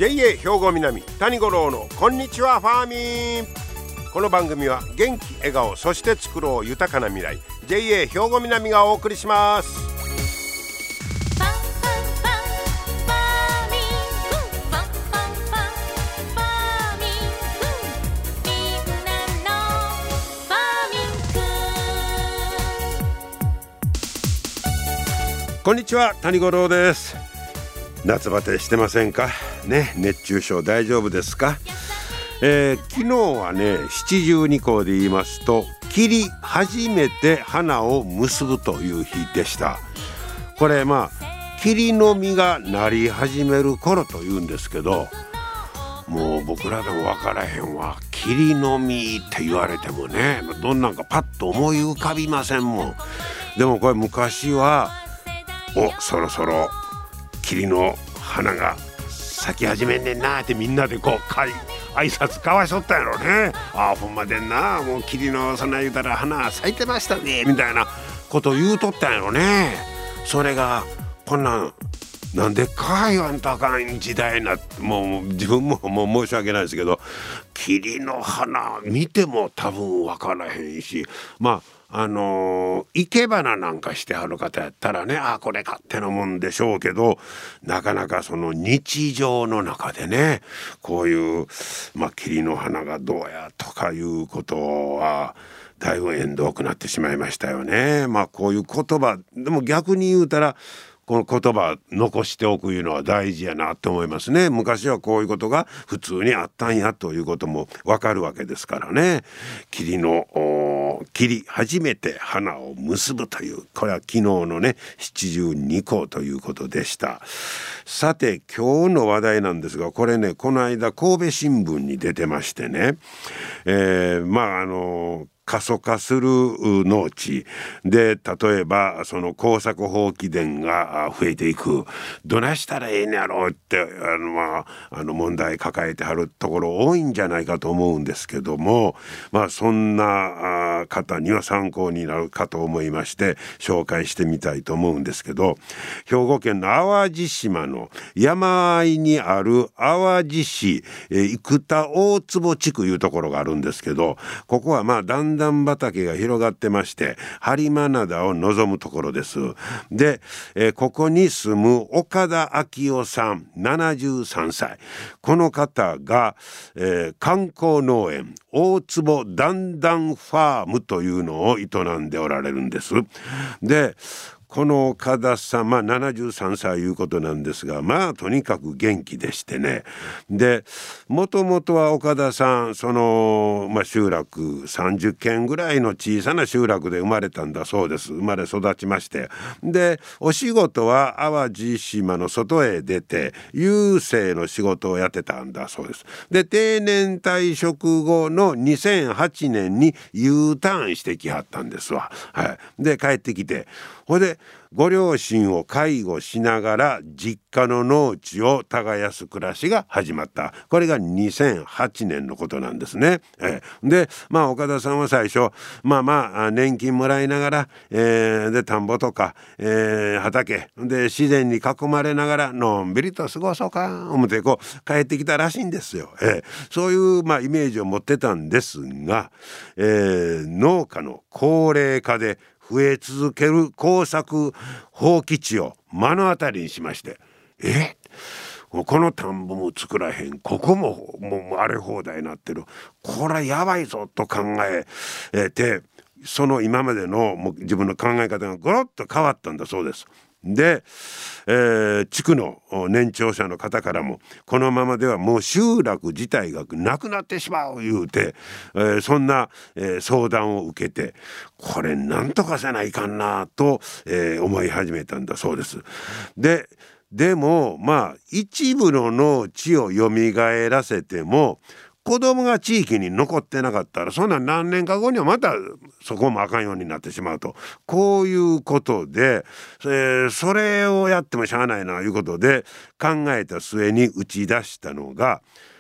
JA 兵庫南谷五郎のこんにちはファーミン。この番組は元気笑顔そして作ろう豊かな未来 JA 兵庫南がお送りします。こんにちは谷五郎です。夏バテしてませんかね。熱中症大丈夫ですか？昨日はね七十二候で言いますと切り初めて花を結ぶという日でした。これ霧の実がなり始める頃というんですけど、もう僕らでも分からへんわ。霧の実って言われてもね、どんなんかパッと思い浮かびませんもん。でもこれ昔はそろそろ霧の花が咲き始めんねんなってみんなで挨拶交わしとったんやろね。ほんまでんな、もう霧のそんな言うたら花咲いてましたねみたいなこと言うとったんやろね。それがこんなんでか言わんとあかん時代な、もう自分も申し訳ないですけど、霧の花見ても多分分からへんし、生け花なんかしてはる方やったらね、これ勝手なもんでしょうけど、なかなかその日常の中でね、こういう霧の花がどうやとかいうことはだいぶ縁遠くなってしまいましたよね。こういう言葉でも逆に言うたらこの言葉残しておくいうのは大事やなと思いますね。昔はこういうことが普通にあったんやということもわかるわけですからね。切り初めて花を結ぶという、これは昨日のね七十二候ということでした。さて今日の話題なんですが、これねこの間神戸新聞に出てましてね、過疎化する農地で、例えばその耕作放棄田が増えていく、どないしたらええんやろうって問題抱えてはるところ多いんじゃないかと思うんですけども、そんな方には参考になるかと思いまして紹介してみたいと思うんですけど、兵庫県の淡路島の山あいにある淡路市生田大坪地区いうところがあるんですけど、ここは段々畑が広がってまして播磨灘を望むところです。で、ここに住む岡田昭夫さん73歳、この方が、観光農園大坪段々ファームというのを営んでおられるんです。でこの岡田さん73歳いうことなんですが、とにかく元気でしてね。でもともとは岡田さん集落30軒ぐらいの小さな集落で生まれたんだそうです。生まれ育ちまして、でお仕事は淡路島の外へ出て郵政の仕事をやってたんだそうです。で定年退職後の2008年に U ターンしてきはったんですわ。で帰ってきて、でご両親を介護しながら実家の農地を耕す暮らしが始まった。これが2008年のことなんですね。で岡田さんは最初年金もらいながら、で田んぼとか、畑で自然に囲まれながらのんびりと過ごそうか思って帰ってきたらしいんですよ。そういうイメージを持ってたんですが、農家の高齢化で増え続ける耕作放棄地を目の当たりにしまして、この田んぼも作らへん、ここももう荒れ放題になってる、これはやばいぞと考えて、その今までの自分の考え方がゴロッと変わったんだそうです。で、地区の年長者の方からもこのままではもう集落自体がなくなってしまう言うて、そんな、相談を受けて、これなんとかせないかんなと、思い始めたんだそうです。でも一部の農地をよみがえらせても子供が地域に残ってなかったら、そんな何年か後にはまたそこもあかんようになってしまうと、こういうことで、それをやってもしゃあないないうことで考えた末に打ち出したのが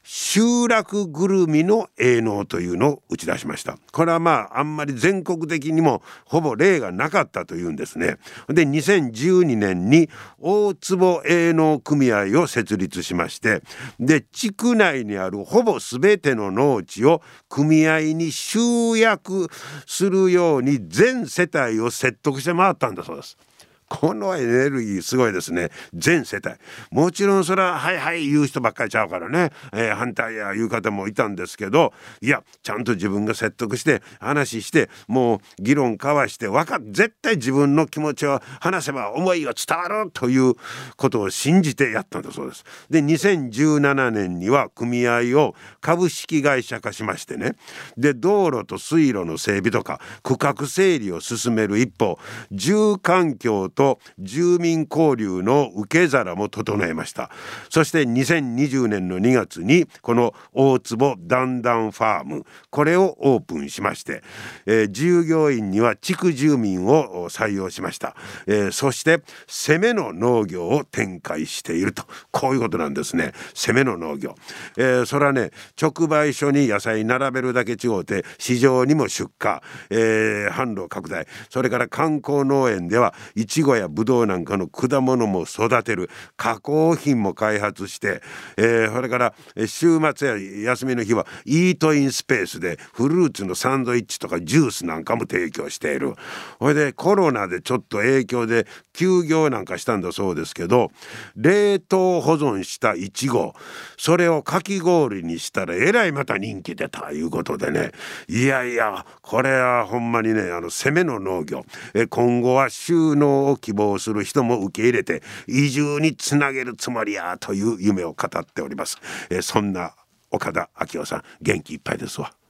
集落ぐるみの営農というのを打ち出しました。これはあんまり全国的にもほぼ例がなかったというんですね。で2012年に大坪営農組合を設立しまして、で地区内にあるほぼ全ての農地を組合に集約するように全世帯を説得して回ったんだそうです。このエネルギーすごいですね。全世帯、もちろんそれははいはい言う人ばっかりちゃうからね、反対や言う方もいたんですけど、いやちゃんと自分が説得して話して、もう議論交わして絶対自分の気持ちを話せば思いが伝わるということを信じてやったんだそうです。で2017年には組合を株式会社化しましてね、で道路と水路の整備とか区画整理を進める一方、住環境と住民交流の受け皿も整えました。そして2020年の2月にこの大坪だんだんファーム、これをオープンしまして、従業員には地区住民を採用しました。そして攻めの農業を展開していると、こういうことなんですね。攻めの農業、それはね、直売所に野菜並べるだけ違うて市場にも出荷、販路拡大、それから観光農園ではいちごやぶどうなんかの果物も育てる、加工品も開発して、それから週末や休みの日はイートインスペースでフルーツのサンドイッチとかジュースなんかも提供している。それでコロナでちょっと影響で休業なんかしたんだそうですけど、冷凍保存したイチゴ、それをかき氷にしたらえらいまた人気出たということでね、いやいやこれはほんまにね、攻めの農業、今後は収納を希望する人も受け入れて移住につなげるつもりやという夢を語っております。そんな岡田昭夫さん、元気いっぱいですわ。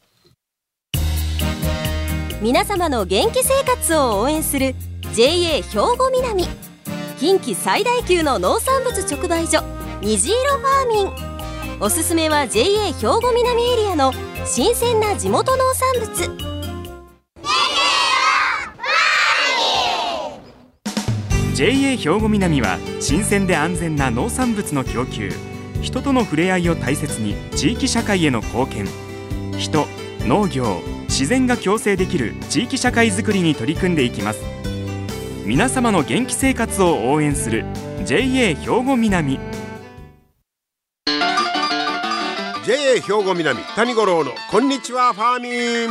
皆様の元気生活を応援する JA 兵庫南、近畿最大級の農産物直売所虹色ファーミン。おすすめは JA 兵庫南エリアの新鮮な地元農産物。 JA 兵庫南は新鮮で安全な農産物の供給、人との触れ合いを大切に地域社会への貢献、人、農業、自然が共生できる地域社会づくりに取り組んでいきます。皆様の元気生活を応援する JA 兵庫南。 JA 兵庫南谷五郎のこんにちはファーミン。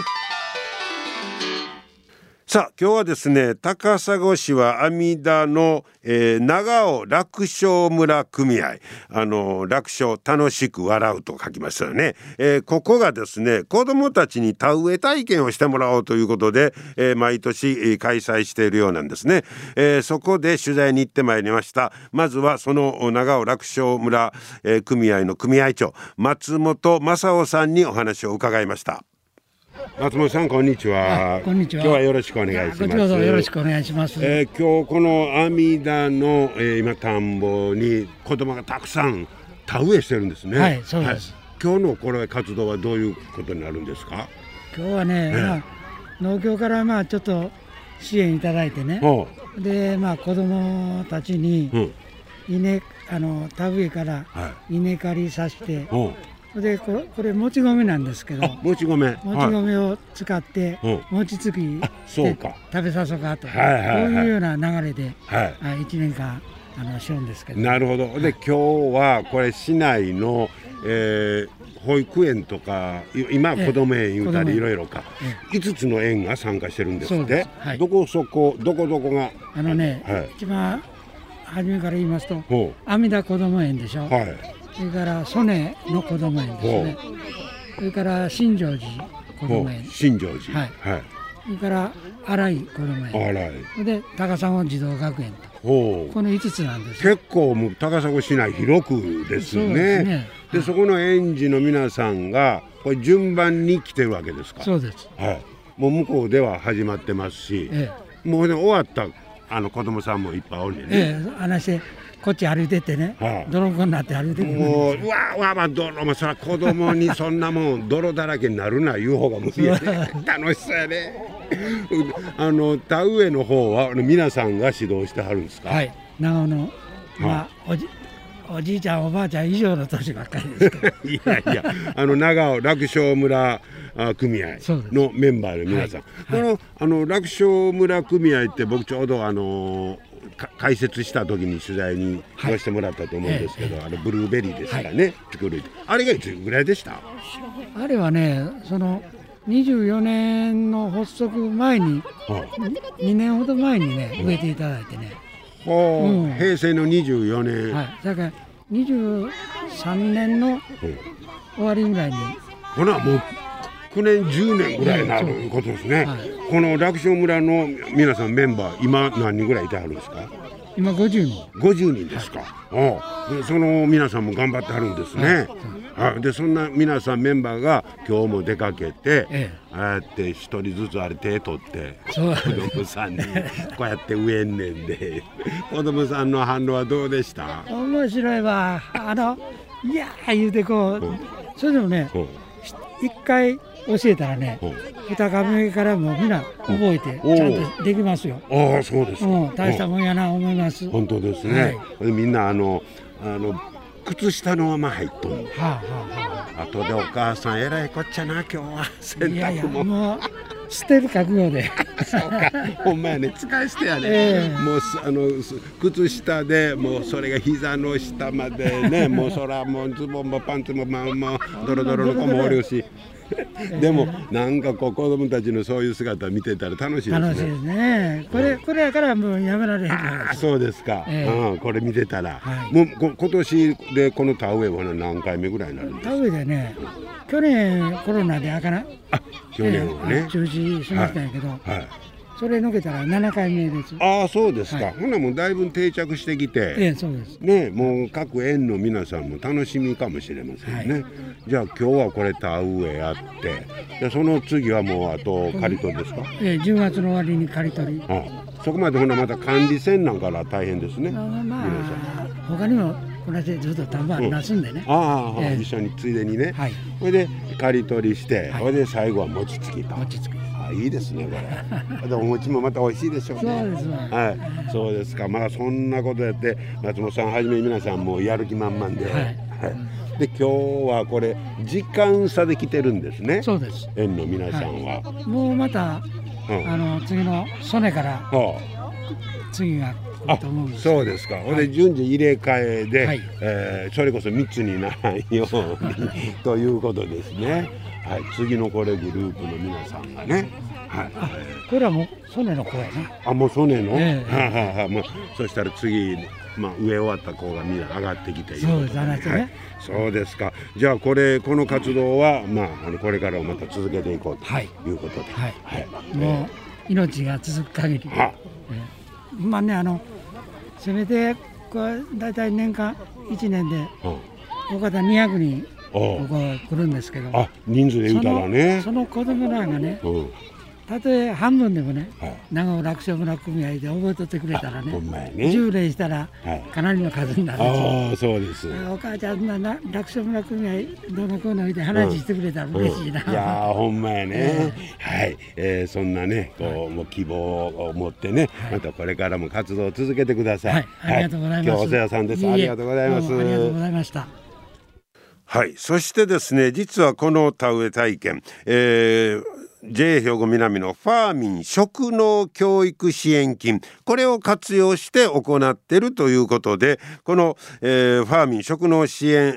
さあ今日はですね、高砂市は阿弥陀の、長尾楽勝村組合、楽勝楽しく笑うと書きましたよね。ここがですね、子どもたちに田植え体験をしてもらおうということで、毎年、開催しているようなんですね。そこで取材に行ってまいりました。まずはその長尾楽勝村、組合の組合長松本正夫さんにお話を伺いました。松本さんこんにちは。 こんにちは。 今日はよろしくお願いします。 こちらこそよろしくお願いします。 今日この阿弥陀の、今田んぼに子供がたくさん田植えしてるんですね。 はい、そうです。 今日のこれ活動はどういうことになるんですか？ 今日はね、農協からちょっと支援いただいてね、で子供たちに田植えから稲刈りさせて、でこれもち米なんですけど、 もち米を使って餅つきして食べさそうかと、こういうような流れで1年間しようんですけど。 なるほど。で今日はこれ市内の、保育園とか今子ども園言うたりいろいろか、5つの園が参加してるんですって。どこが一番初めから言いますと阿弥陀こども園でしょ。それから曽根のこども園ですね。それから新庄寺こども園、 新庄寺、 それから新井こども園で高砂児童学園と、この5つなんです。 結構もう高砂市内広くですね。でそこの園児の皆さんがこれ順番に来てるわけですか？ そうです。 もう向こうでは始まってますし、もうね終わった子供さんもいっぱいおるんでね。 話してこっち歩いてってね、泥んこになって歩いてくるんですよ。 もう泥もそら子供にそんなもん泥だらけになるな言う方が無理やね。楽しそうやね。田植えの方は皆さんが指導してはるんですか？ 長尾のおじいちゃんおばあちゃん以上の年ばっかりですけどいやいや長尾楽勝村組合のメンバーの皆さん、この楽勝村組合って僕ちょうど解説した時に取材に来させてもらったと思うんですけど、ブルーベリーですからね、作るあれがいつぐらいでした？ あれはねその24年の発足前に、2年ほど前にね植えていただいてね、平成の24年、だから23年の終わりぐらいに、 ほなもう9年10年ぐらいになることですね。この楽勝村の皆さんメンバー今何人ぐらいいてはるんですか？ 今50 人ですか。でその皆さんも頑張ってはるんですね。でそんな皆さんメンバーが今日も出かけて、ああやって一人ずつあれ手取って子供さんにこうやって植えんねんで子供さんの反応はどうでした？ 面白いわ。いやー言うてこう、それでもね一回教えたらね、2日目からもみんな覚えてちゃんとできますよ。 ああそうですか。 大したもんやな思います。 本当ですね。みんな靴下のまま入っとんの。あとでお母さんえらいこっちゃな今日は洗濯も。 もう捨てる覚悟で。 そうか。ほんまやね使い捨てやね。もう靴下でもうそれが膝の下までねもうそらもうズボンもパンツもまあドロドロの子もおるし。でもなんかこう子供たちのそういう姿見てたら楽しいですね。 楽しいですね。これやからもうやめられへんから。 そうですか。これ見てたら、もう今年でこの田植えは何回目ぐらいになるんですか？ 田植えでね、去年コロナで去年はね中止しましたんやけど、それ抜けたら7回目です。 ああそうですか。ほなもうだいぶ定着してきて、 そうですね、もう各園の皆さんも楽しみかもしれませんね。じゃあ今日はこれ田植えやってでその次はもうあと刈り取りですか ？10月の終わりに刈り取り。 そこまでほなまた管理せんなんから大変ですね。 他にもこの間ずっと田んぼありますんでね。 一緒についでにね。それで刈り取りしてそれで最後は餅つきと。いいですねこれ。でお餅もまた美味しいでしょうね。 そうですわ。 そうですか。まあそんなことやって松本さんはじめ皆さんもやる気満々で。で今日はこれ時間差で来てるんですね。 そうです。 園の皆さんは。 もうまた次の曽根から次が来ると思うんです。 そうですか。ほんで順次入れ替えでそれこそ密にならないようにということですね。次のこれグループの皆さんがね。 これはもう曽根の子やね。 もう曽根の。そしたら次植え終わった子がみんな上がってきている。 そうですね。 そうですか。じゃあこの活動はこれからもまた続けていこうということで。 もう命が続く限り。まあねせめてこれだいたい年間1年で大方200人ここ来るんですけど。 人数で言うたらね。 その子供らがね。たとえ半分でもね、長尾楽勝村組合で覚えとってくれたらね、10例したらかなりの数になるんです。 そうです。 お母ちゃん楽勝村組合どうのこうの見て話してくれたら嬉しいな。 いやほんまやね。そんなねもう希望を持ってねまたこれからも活動を続けてください。 ありがとうございます。 今日お世話さんです。ありがとうございます。 ありがとうございました。 そしてですね実はこの田植え体験、JA 兵庫南のファーミン食農教育支援金これを活用して行っているということでこの、ファーミン食農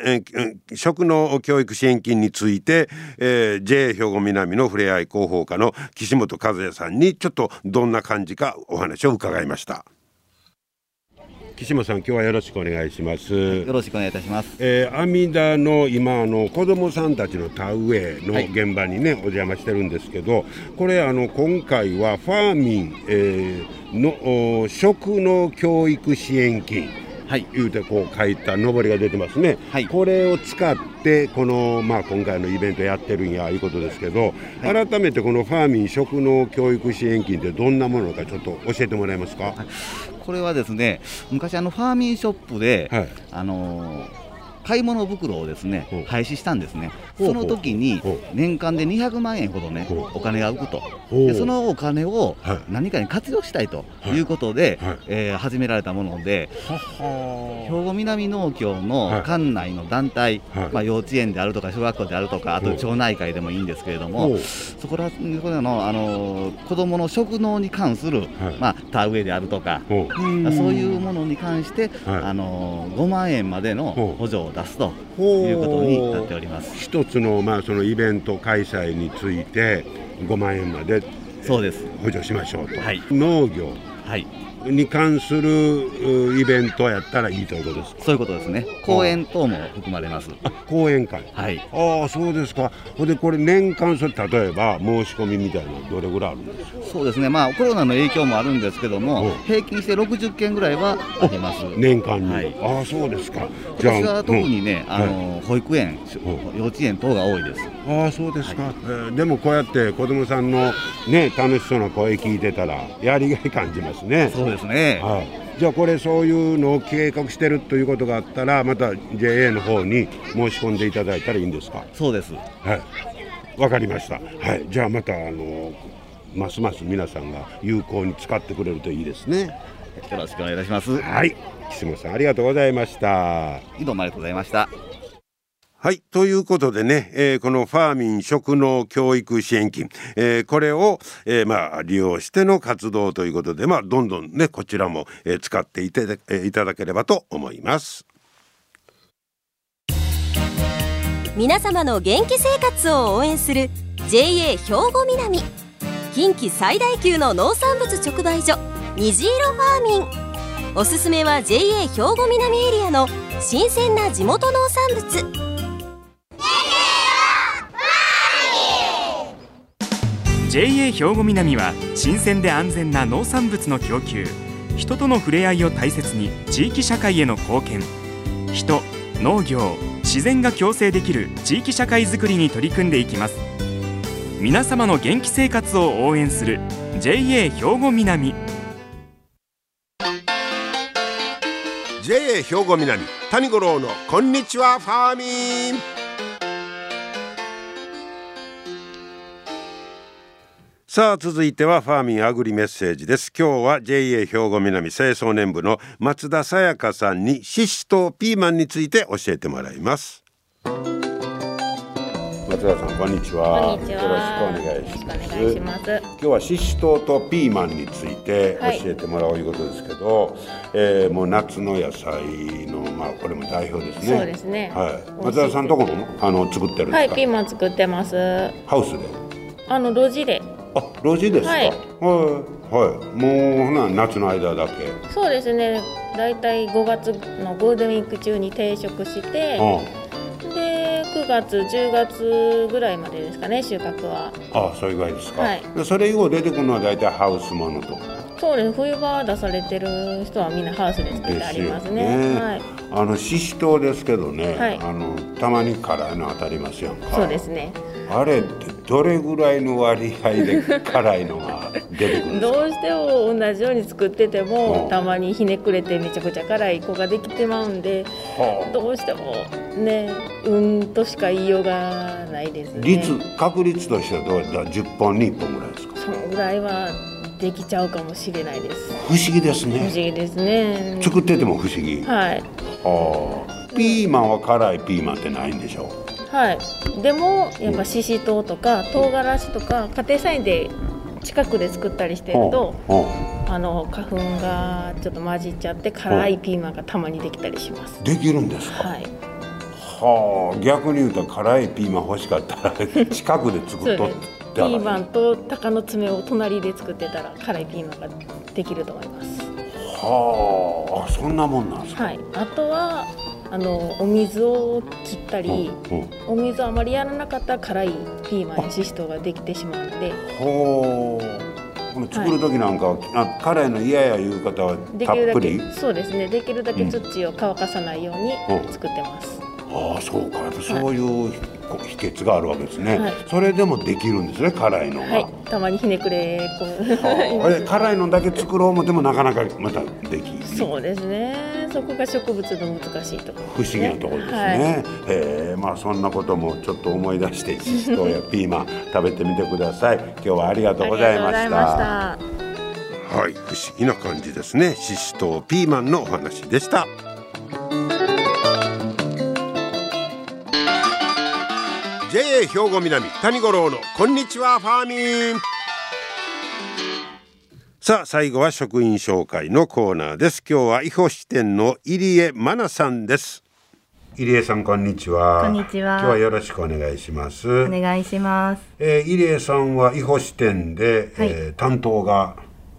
教育支援金について、JA 兵庫南のふれあい広報課の岸本和也さんにちょっとどんな感じかお話を伺いました。岸本さん今日はよろしくお願いします。 よろしくお願いいたします。 阿弥陀の今子どもさんたちの田植えの現場にね、お邪魔してるんですけどこれ今回はファーミン、の食農教育支援金言うてこう書いたのぼりが出てますね。これを使ってこの、今回のイベントやってるんやいうことですけど、改めてこのファーミン食農教育支援金ってどんなものかちょっと教えてもらえますか？ これはですね昔ファーミンショップで、 買い物袋をですね廃止したんですね。その時に年間で200万円ほどねお金が浮くと。でそのお金を何かに活用したいということで始められたもので、兵庫南農協の管内の団体、幼稚園であるとか小学校であるとか、あと町内会でもいいんですけれども、そこらの子どもの食農に関する田植えであるとか、そういうものに関して5万円までの補助を出すということになっております。 一つのそのイベント開催について5万円まで補助しましょうと。農業に関するイベントやったらいいということですか。 そういうことですね。講演等も含まれます。 講演会。ああ、そうですか。でこれ年間例えば申し込みみたいなのどれぐらいあるんですか。 そうですね。コロナの影響もあるんですけども、平均して60件ぐらいはあります。 年間に。ああ、そうですか。 今年は特にね、保育園、幼稚園等が多いです。 ああ、そうですか。でもこうやって子どもさんのね楽しそうな声聞いてたらやりがい感じますね。 そうですね。 じゃあこれそういうのを計画してるということがあったらまた JA の方に申し込んでいただいたらいいんですか。 そうです。 わかりました。じゃあまたますます皆さんが有効に使ってくれるといいですね。 よろしくお願いいたします。 岸本さんありがとうございました。 どうもありがとうございました。 ということでね、このファーミン食農教育支援金、これを、利用しての活動ということで、どんどんねこちらも、使っていただければと思います。 皆様の元気生活を応援する JA 兵庫南、近畿最大級の農産物直売所虹色ファーミン。おすすめは JA 兵庫南エリアの新鮮な地元農産物。 JA 兵庫南は新鮮で安全な農産物の供給、人との触れ合いを大切に地域社会への貢献、人、農業、自然が共生できる地域社会づくりに取り組んでいきます。皆様の元気生活を応援する JA 兵庫南。 JA 兵庫南谷五郎のこんにちはファーミン。さあ続いてはファーミンアグリメッセージです。今日は JA 兵庫南清掃年部の松田さやかさんにシシトウピーマンについて教えてもらいます。松田さんこんにちは。 こんにちは。 よろしくお願いします。 今日はシシトウとピーマンについて教えてもらおうということですけど、もう夏の野菜のこれも代表ですね。 そうですね。 松田さんとこも作ってるんですか。 ピーマン作ってます。 ハウスで。 路地で。 路地ですか。もう夏の間だけ。 そうですね。だいたい5月のゴールデンウィーク中に定食して、で9月10月ぐらいまでですかね、収穫は。 それぐらいですか。それ以後出てくるのはだいたいハウスものと。 そうです。冬場出されてる人はみんなハウスで作ってありますね。 シシトウですけどね、たまに辛いの当たりますやんか。 そうですね。 あれってどれぐらいの割合で辛いのが出てくるんですか。 どうしても同じように作ってても、たまにひねくれてめちゃくちゃ辛い子ができてまうんで、どうしてもね、としか言いようがないですね。 確率としてはどうやったら10本に1本ぐらいですか。 そのぐらいはできちゃうかもしれないです。 不思議ですね。 不思議ですね。 作ってても不思議。ピーマンは辛いピーマンってないんでしょう。 でもやっぱシシトウとか唐辛子とか家庭菜園で近くで作ったりしてると、花粉がちょっと混じっちゃって辛いピーマンがたまにできたりします。 できるんですか。逆に言うと辛いピーマン欲しかったら近くで作っとったらピーマンと鷹の爪を隣で作ってたら辛いピーマンができると思います。 そんなもんなんですか。 あとはお水を切ったり、お水をあまりやらなかったら辛いピーマンやシシトウができてしまうので、 作る時なんか、辛いの嫌やいう方はたっぷり。 そうですね。できるだけ土を乾かさないように作ってます。 ああ、そうか。やっぱそういう秘訣があるわけですね。それでもできるんですね、辛いのが。 はい、たまにひねくれ辛いのだけ作ろうもでもなかなかまたできる。 そうですね。そこが植物の難しいところ、 不思議なところですね。まあそんなこともちょっと思い出して、ししとうやピーマン食べてみてください。今日はありがとうございました。はい、不思議な感じですね。ししとうピーマンのお話でした。JA 兵庫南谷五郎のこんにちはファーミン。さあ、最後は職員紹介のコーナーです。今日は伊保支店の入江真奈さんです。入江さん、こんにちは。 こんにちは。 今日はよろしくお願いします。 お願いします。 入江さんは伊保支店で、 はい、 担当が、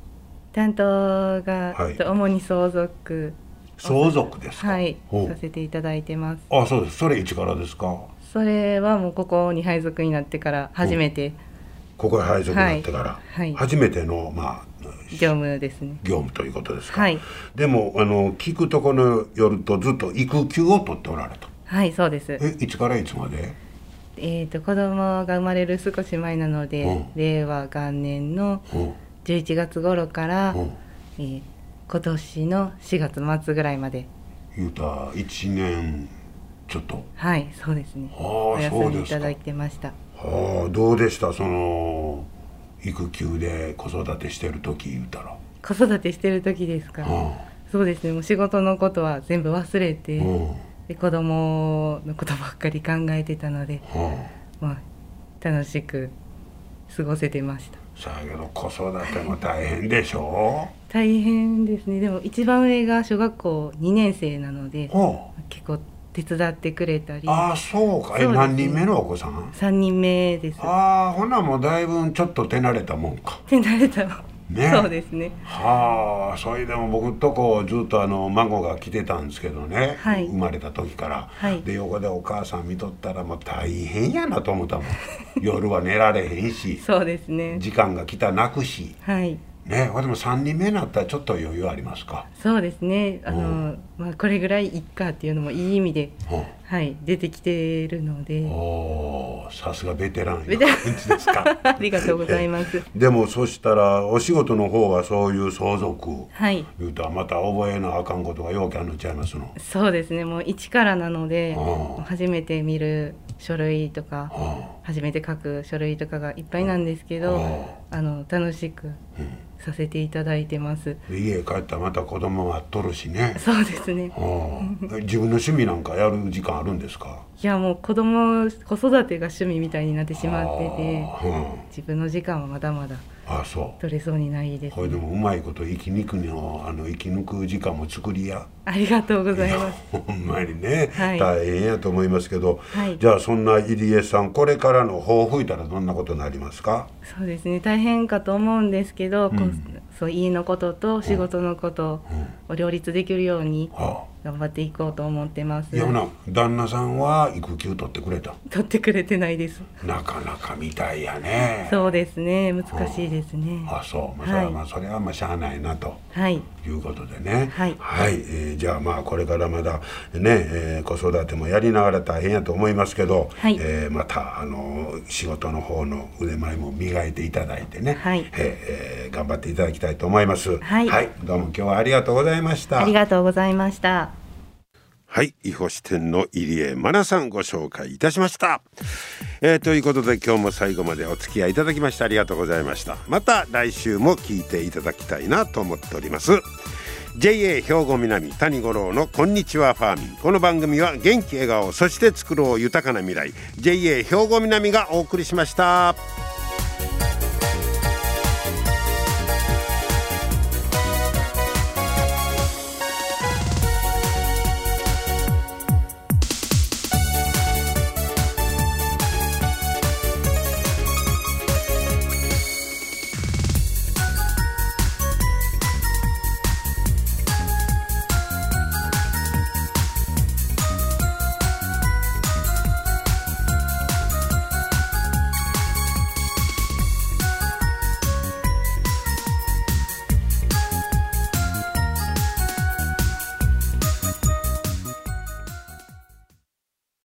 はい、主に相続ですか。 はい、させていただいてます。 あ、そうです。それいつからですか。 それはもうここに配属になってから初めて、 ここに配属になってから、はい、初めての、 業務ですね。 業務ということですか。 はい、 でも聞くところによるとずっと育休を取っておられた。 はい、そうです。 いつからいつまで？ 子供が生まれる少し前なので、令和元年の11月頃から、今年の4月末ぐらいまで。 言うた1年ちょっと。 はい、そうですね。お休みいただいてました。 どうでした、その育休で子育てしてる時言うたら。 子育てしてる時ですか。そうですね。もう仕事のことは全部忘れて、で子供のことばっかり考えてたので、楽しく過ごせてました。 さあけど子育ても大変でしょ。 大変ですね。でも一番上が小学校2年生なので、結構手伝ってくれたり。 ああ、そうか。何人目のお子さん ？3人目です。 ああ、ほなもうだいぶちょっと手慣れたもんか。 手慣れたね。そうですね。 はあ、それでも僕とこずっと孫が来てたんですけどね、はい、生まれた時から、はい、で横でお母さん見とったらもう大変やなと思ったもん夜は寝られへんしそうですね、 時間が来た泣くし、 はいね、でも3人目になったらちょっと余裕ありますか？ そうですね、これぐらいいっかっていうのもいい意味で、はい、出てきてるので。 さすがベテランな感じですか？ ありがとうございますでもそしたらお仕事の方はそういう相続、 はい、 言うとまた覚えなあかんことがようけあるんちゃいますの？ そうですね、もう一からなので、初めて見る書類とか、初めて書く書類とかがいっぱいなんですけど、楽しくさせていただいてます。 家帰ったらまた子供待っとるしね。 そうですね自分の趣味なんかやる時間あるんですか？ いや、もう子育てが趣味みたいになってしまってて、自分の時間はまだまだ取れそうにないです、ね。 これでもうまいこと生き抜く時間も作りや。 ありがとうございます。 ほんまにね、 はい、 大変やと思いますけど、はい、じゃあそんな入江さん、これからの抱負いたらどんなことになりますか？ そうですね、大変かと思うんですけど、そう家のことと仕事のことを両立できるように頑張っていこうと思ってます。 いや、旦那さんは育休取ってくれた？ 取ってくれてないです。 なかなかみたいやね。 そうですね、難しいですね。 そう、それはしゃあないなと、いうことでね。 はい、 じゃあこれからまだね、子育てもやりながら大変やと思いますけど、また仕事の方の腕前も磨いていただいてね、頑張っていただきたいと思います。どうも今日はありがとうございました。 ありがとうございました。 はい、伊保支店の入江真奈さんご紹介いたしました。ということで今日も最後までお付き合いいただきましてありがとうございました。また来週も聞いていただきたいなと思っております。JA 兵庫南谷五郎のこんにちはファーミン。この番組は元気笑顔そして作ろう豊かな未来 JA 兵庫南がお送りしました。